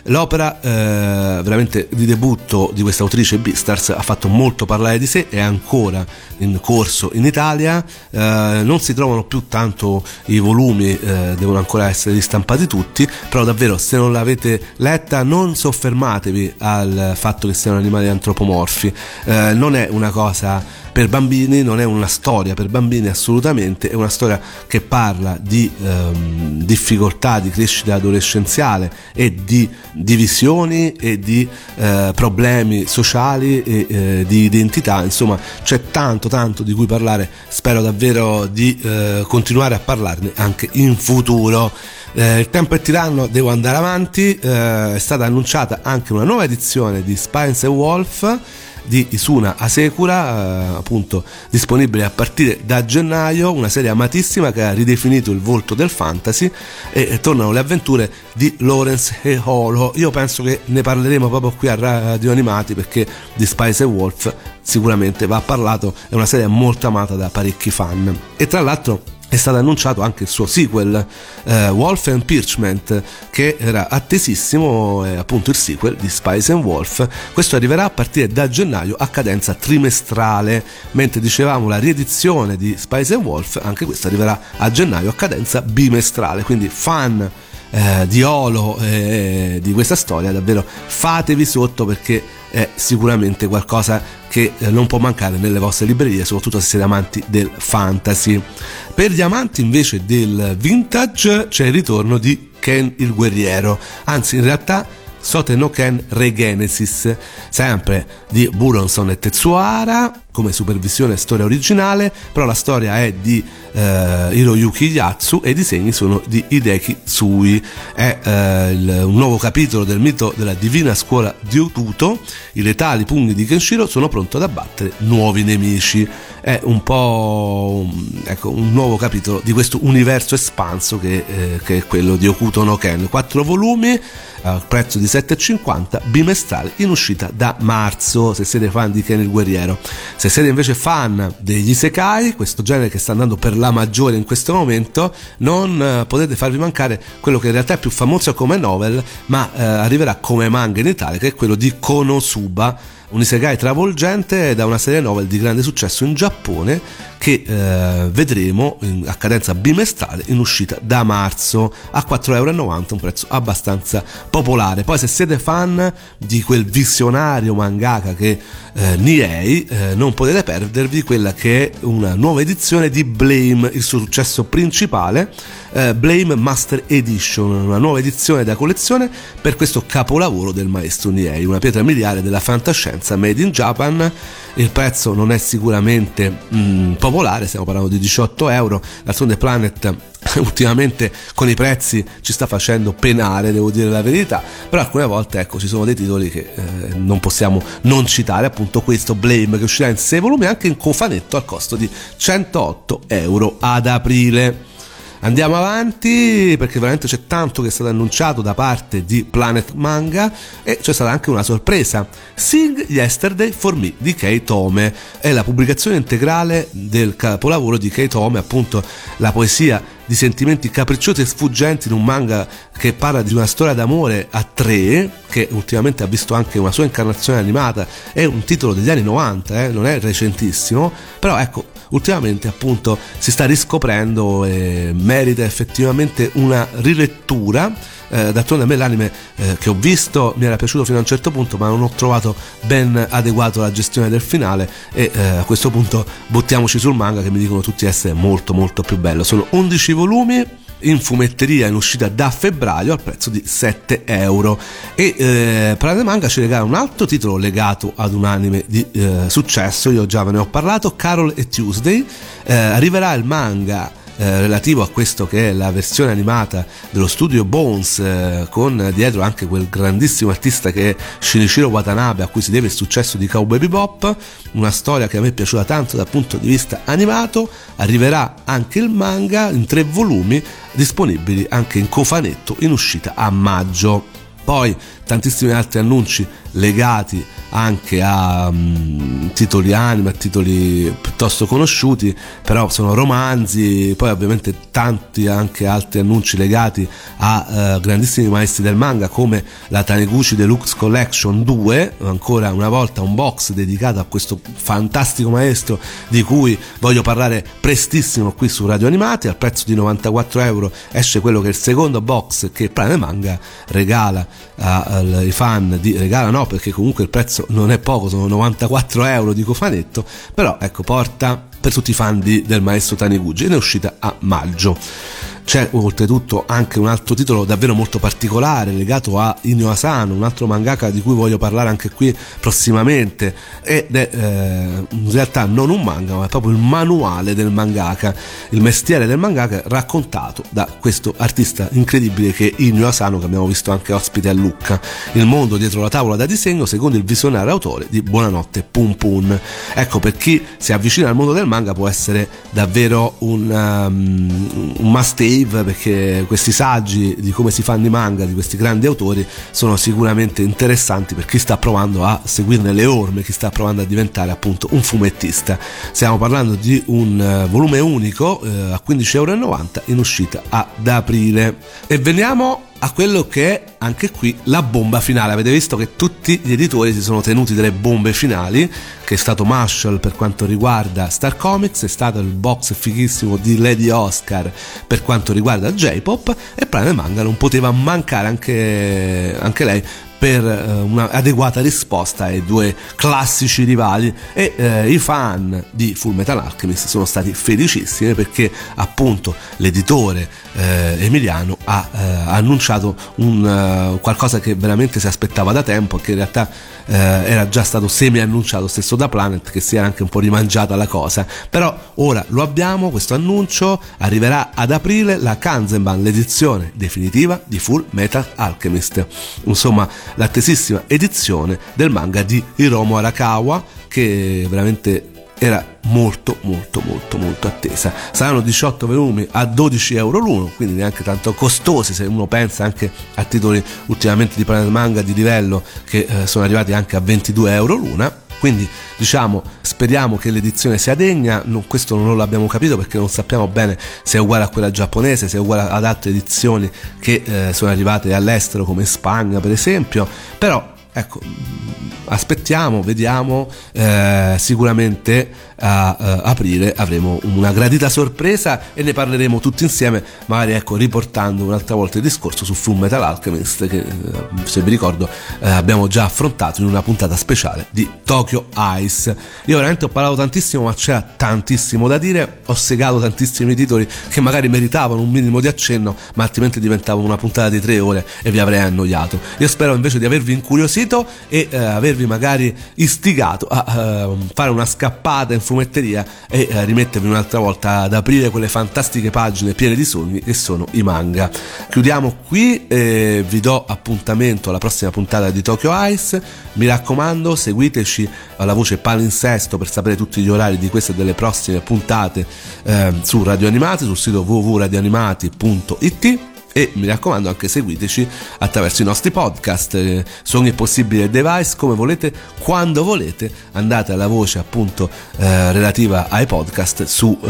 Speaker 2: L'opera veramente di debutto di questa autrice Beastars ha fatto molto parlare di sé, è ancora in corso in Italia, non si trovano più tanto i volumi, devono ancora essere ristampati tutti, però davvero se non l'avete letta non soffermatevi al fatto che siano animali antropomorfi, non è una cosa per bambini, non è una storia per bambini assolutamente, è una storia che parla di difficoltà di crescita adolescenziale e di divisioni e di problemi sociali e di identità. Insomma, c'è tanto di cui parlare, spero davvero di continuare a parlarne anche in futuro. Il tempo è tiranno, devo andare avanti. È stata annunciata anche una nuova edizione di Spice and Wolf di Isuna Asekura, appunto disponibile a partire da gennaio, una serie amatissima che ha ridefinito il volto del fantasy, e tornano le avventure di Lawrence e Holo. Io penso che ne parleremo proprio qui a Radio Animati, perché di Spice and Wolf sicuramente va parlato, è una serie molto amata da parecchi fan. E tra l'altro è stato annunciato anche il suo sequel, Wolf and Parchment, che era attesissimo, appunto il sequel di Spice and Wolf. Questo arriverà a partire da gennaio a cadenza trimestrale, mentre dicevamo la riedizione di Spice and Wolf, anche questa arriverà a gennaio a cadenza bimestrale. Quindi fan di Holo e di questa storia, davvero fatevi sotto, perché è sicuramente qualcosa che non può mancare nelle vostre librerie, soprattutto se siete amanti del fantasy. Per gli amanti invece del vintage c'è il ritorno di Ken il guerriero, anzi in realtà Soten no Ken Regenesis, sempre di Buronson e Tetsuhara come supervisione e storia originale, però la storia è di Hiroyuki Yatsu e i disegni sono di Hideki Tsui. È un nuovo capitolo del mito della divina scuola di Otuto. I letali pugni di Kenshiro sono pronti ad abbattere nuovi nemici. È un po' un nuovo capitolo di questo universo espanso che è quello di Hokuto no Ken. 4 volumi al prezzo di 7,50, bimestrale, in uscita da marzo, se siete fan di Ken il guerriero. Se siete invece fan degli isekai, questo genere che sta andando per la maggiore in questo momento, non potete farvi mancare quello che in realtà è più famoso come novel, ma arriverà come manga in Italia, che è quello di Konosuba, un isekai travolgente da una serie novel di grande successo in Giappone, che vedremo a cadenza bimestrale, in uscita da marzo a 4,90€, un prezzo abbastanza popolare. Poi se siete fan di quel visionario mangaka che Niei, non potete perdervi quella che è una nuova edizione di Blame, il suo successo principale, Blame Master Edition, una nuova edizione da collezione per questo capolavoro del maestro Niei, una pietra miliare della fantascienza made in Japan. Il prezzo non è sicuramente popolare, stiamo parlando di 18€. D'altronde Planet ultimamente con i prezzi ci sta facendo penare, devo dire la verità, però alcune volte ci sono dei titoli che non possiamo non citare, appunto questo Blame, che uscirà in 6 volumi anche in cofanetto al costo di 108€ ad aprile. Andiamo avanti, perché veramente c'è tanto che è stato annunciato da parte di Planet Manga, e c'è stata anche una sorpresa. Sing Yesterday for Me di Kei Tome è la pubblicazione integrale del capolavoro di Kei Tome, appunto la poesia di sentimenti capricciosi e sfuggenti in un manga che parla di una storia d'amore a 3, che ultimamente ha visto anche una sua incarnazione animata. È un titolo degli anni 90, non è recentissimo, però ultimamente appunto si sta riscoprendo e merita effettivamente una rilettura. D'altronde a me l'anime che ho visto mi era piaciuto fino a un certo punto, ma non ho trovato ben adeguato la gestione del finale, e a questo punto buttiamoci sul manga, che mi dicono tutti essere molto molto più bello. Sono 11 volumi in fumetteria, in uscita da febbraio al prezzo di 7€. E Planet Manga ci regala un altro titolo legato ad un anime di successo, io già ve ne ho parlato, Carol e Tuesday. Arriverà il manga relativo a questo che è la versione animata dello studio Bones, con dietro anche quel grandissimo artista che è Shinichiro Watanabe, a cui si deve il successo di Cowboy Bebop. Una storia che a me è piaciuta tanto dal punto di vista animato. Arriverà anche il manga in 3 volumi, disponibili anche in cofanetto, in uscita a maggio. Poi tantissimi altri annunci legati anche a titoli anime, a titoli piuttosto conosciuti, però sono romanzi. Poi ovviamente tanti anche altri annunci legati a grandissimi maestri del manga, come la Taniguchi Deluxe Collection 2, ancora una volta un box dedicato a questo fantastico maestro di cui voglio parlare prestissimo qui su Radio Animati. Al prezzo di 94 euro esce quello che è il secondo box che Planet Manga regala ai fan regala no, perché comunque il prezzo non è poco, sono 94 euro di cofanetto, però ecco, porta per tutti i fan del maestro Taniguchi, ed è uscita a maggio. C'è oltretutto anche un altro titolo davvero molto particolare legato a Inyo Asano, un altro mangaka di cui voglio parlare anche qui prossimamente, ed è in realtà non un manga, ma è proprio il manuale del mangaka, il mestiere del mangaka raccontato da questo artista incredibile che è Inyo Asano, che abbiamo visto anche ospite a Lucca. Il mondo dietro la tavola da disegno secondo il visionario autore di Buonanotte Pum Pum. Ecco, per chi si avvicina al mondo del manga può essere davvero un must-have, perché questi saggi di come si fanno i manga di questi grandi autori sono sicuramente interessanti per chi sta provando a seguirne le orme, chi sta provando a diventare appunto un fumettista. Stiamo parlando di un volume unico a 15,90 euro in uscita ad aprile. E veniamo a quello che è anche qui la bomba finale. Avete visto che tutti gli editori si sono tenuti delle bombe finali, che è stato Marshall per quanto riguarda Star Comics, è stato il box fighissimo di Lady Oscar per quanto riguarda J-Pop, e Planet Manga non poteva mancare anche lei per una adeguata risposta ai due classici rivali. E i fan di Full Metal Alchemist sono stati felicissimi, perché appunto l'editore Emiliano ha annunciato qualcosa che veramente si aspettava da tempo, che in realtà era già stato semi annunciato stesso da Planet, che si era anche un po' rimangiata la cosa, però ora lo abbiamo, questo annuncio. Arriverà ad aprile la Kanzenban, l'edizione definitiva di Full Metal Alchemist, insomma l'attesissima edizione del manga di Hiromu Arakawa, che veramente era molto attesa. Saranno 18 volumi a 12 euro l'uno, quindi neanche tanto costosi se uno pensa anche a titoli ultimamente di Planet Manga di livello che sono arrivati anche a 22 euro l'una. Quindi diciamo, speriamo che l'edizione sia degna. Questo non l'abbiamo capito, perché non sappiamo bene se è uguale a quella giapponese, se è uguale ad altre edizioni che sono arrivate all'estero, come in Spagna per esempio. Però ecco, aspettiamo, vediamo. Sicuramente a aprile avremo una gradita sorpresa e ne parleremo tutti insieme, magari ecco riportando un'altra volta il discorso su Full Metal Alchemist, che se vi ricordo abbiamo già affrontato in una puntata speciale di Tokyo Ice. Io veramente ho parlato tantissimo, ma c'era tantissimo da dire, ho segato tantissimi titoli che magari meritavano un minimo di accenno, ma altrimenti diventava una puntata di 3 ore e vi avrei annoiato. Io spero invece di avervi incuriosito e avervi magari istigato a fare una scappata in fumetteria e rimettervi un'altra volta ad aprire quelle fantastiche pagine piene di sogni che sono i manga. Chiudiamo qui e vi do appuntamento alla prossima puntata di Tokyo Ice. Mi raccomando, seguiteci alla voce Palinsesto per sapere tutti gli orari di queste e delle prossime puntate su Radio Animati, sul sito www.radioanimati.it. E mi raccomando, anche seguiteci attraverso i nostri podcast, su ogni possibile device, come volete, quando volete. Andate alla voce appunto relativa ai podcast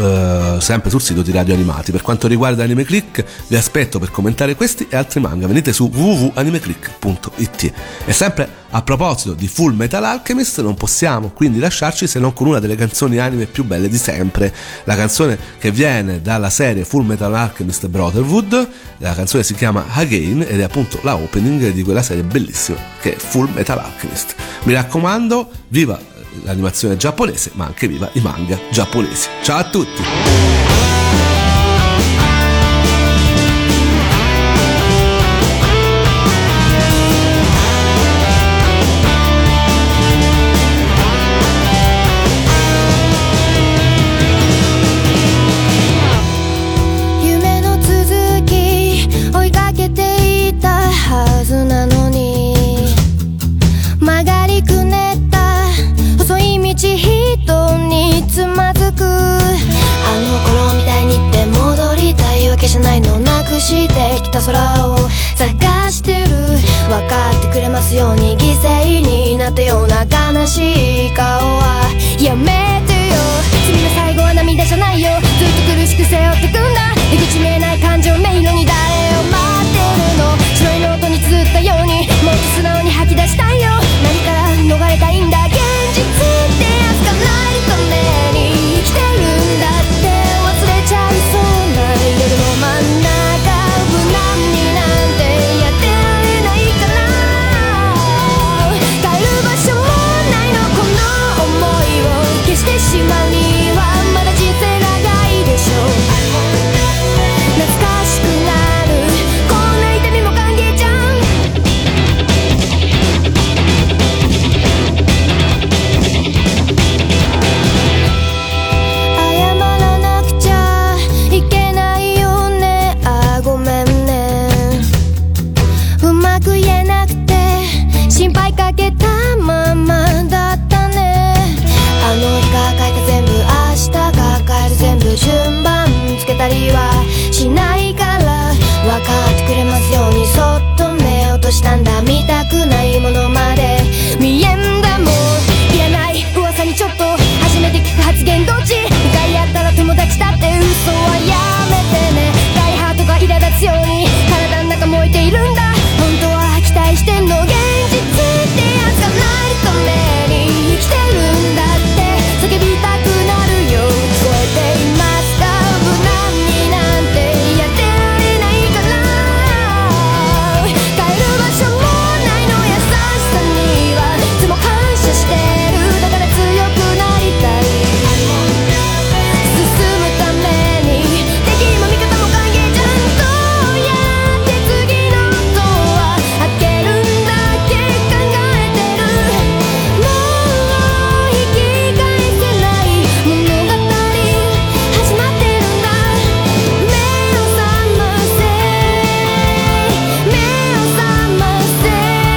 Speaker 2: sempre sul sito di Radio Animati. Per quanto riguarda Anime Click, vi aspetto per commentare questi e altri manga. Venite su www.animeclick.it. E sempre a proposito di Full Metal Alchemist, non possiamo quindi lasciarci se non con una delle canzoni anime più belle di sempre, la canzone che viene dalla serie Full Metal Alchemist Brotherhood. La canzone si chiama Again ed è appunto la opening di quella serie bellissima che è Full Metal Alchemist. Mi raccomando, viva l'animazione giapponese, ma anche viva i manga giapponesi. Ciao a tutti! つまずくあの
Speaker 3: ますように犠牲になったような悲しい顔はやめてよ。罪の最後は涙じゃないよ。ずっと苦しく背負ってくんだ。出口見えない感情迷路に誰を待ってるの。白いノートに綴ったようにもっと素直に吐き出したいよ。何から逃れたいんだ。現実ってやつがないために生きてるんだって忘れちゃいそうな夜の真ん中。無難になんてやってられないから帰る場所もないの。この想いを消してしまうにはまだ人生長いでしょう。懐かしくなるこんな痛みも歓迎じゃん。謝らなくちゃいけないよね。あ、ごめんね。うまく言えなくて心配かけたままだったね。あの日が書いた全部明日が書える全部順番つけたりはしないから分かってくれますようにそっと目を落としたんだ。見たくないものまで見えんだもん。いらない噂にちょっと初めて聞く発言どっち。向かい合ったら友達だって嘘はやめてね。ダイハートが苛立つように体の中燃えているんだ。本当は期待してんの。現実ってやつがないために生きてるんだって叫びたくなるよ。聞こえていますか。無難になんてやってられないから帰る場所もないの。優しさにはいつも感謝してる。だから強くなりたい。進むために敵も味方も歓迎じゃん。どうやって次のドア開けるんだっけ考えてる。もう引き返せない物語始まってるんだ。目を覚ませ目を覚ませ。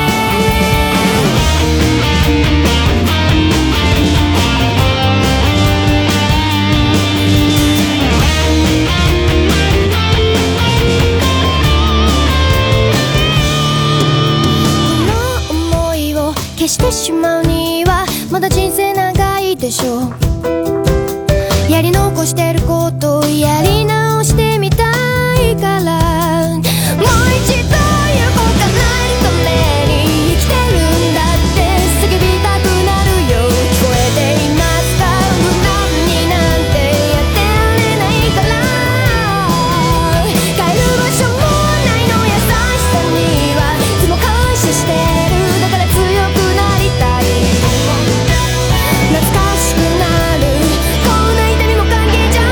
Speaker 3: この想いを消してしまうにはまだ人生長いでしょう。やり残してることをやり直してみたいからもう一度行こうか。なるために生きてるんだって叫びたくなるよ。聞こえていますか。無難になんてやってられないから帰る場所もないの。優しさにはいつも感謝してる。だから強くなりたい。懐かしくなるこんな痛みも歓迎じゃん。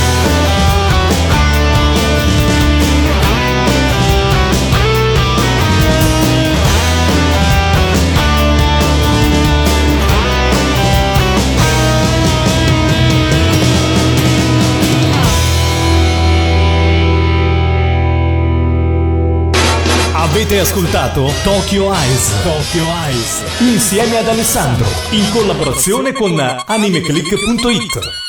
Speaker 1: Avete ascoltato Tokyo Eyes. Tokyo Eyes insieme ad Alessandro in collaborazione con animeclick.it.